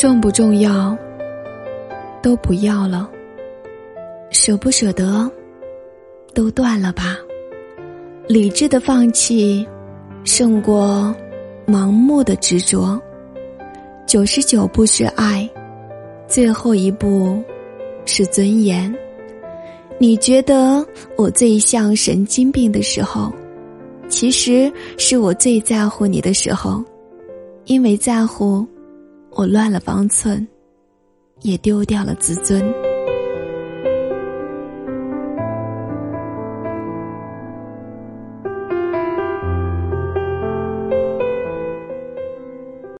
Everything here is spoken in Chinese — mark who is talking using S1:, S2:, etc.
S1: 重不重要都不要了，舍不舍得都断了吧。理智的放弃胜过盲目的执着。99步是爱，最后一步是尊严。你觉得我最像神经病的时候，其实是我最在乎你的时候。因为在乎，我乱了方寸，也丢掉了自尊。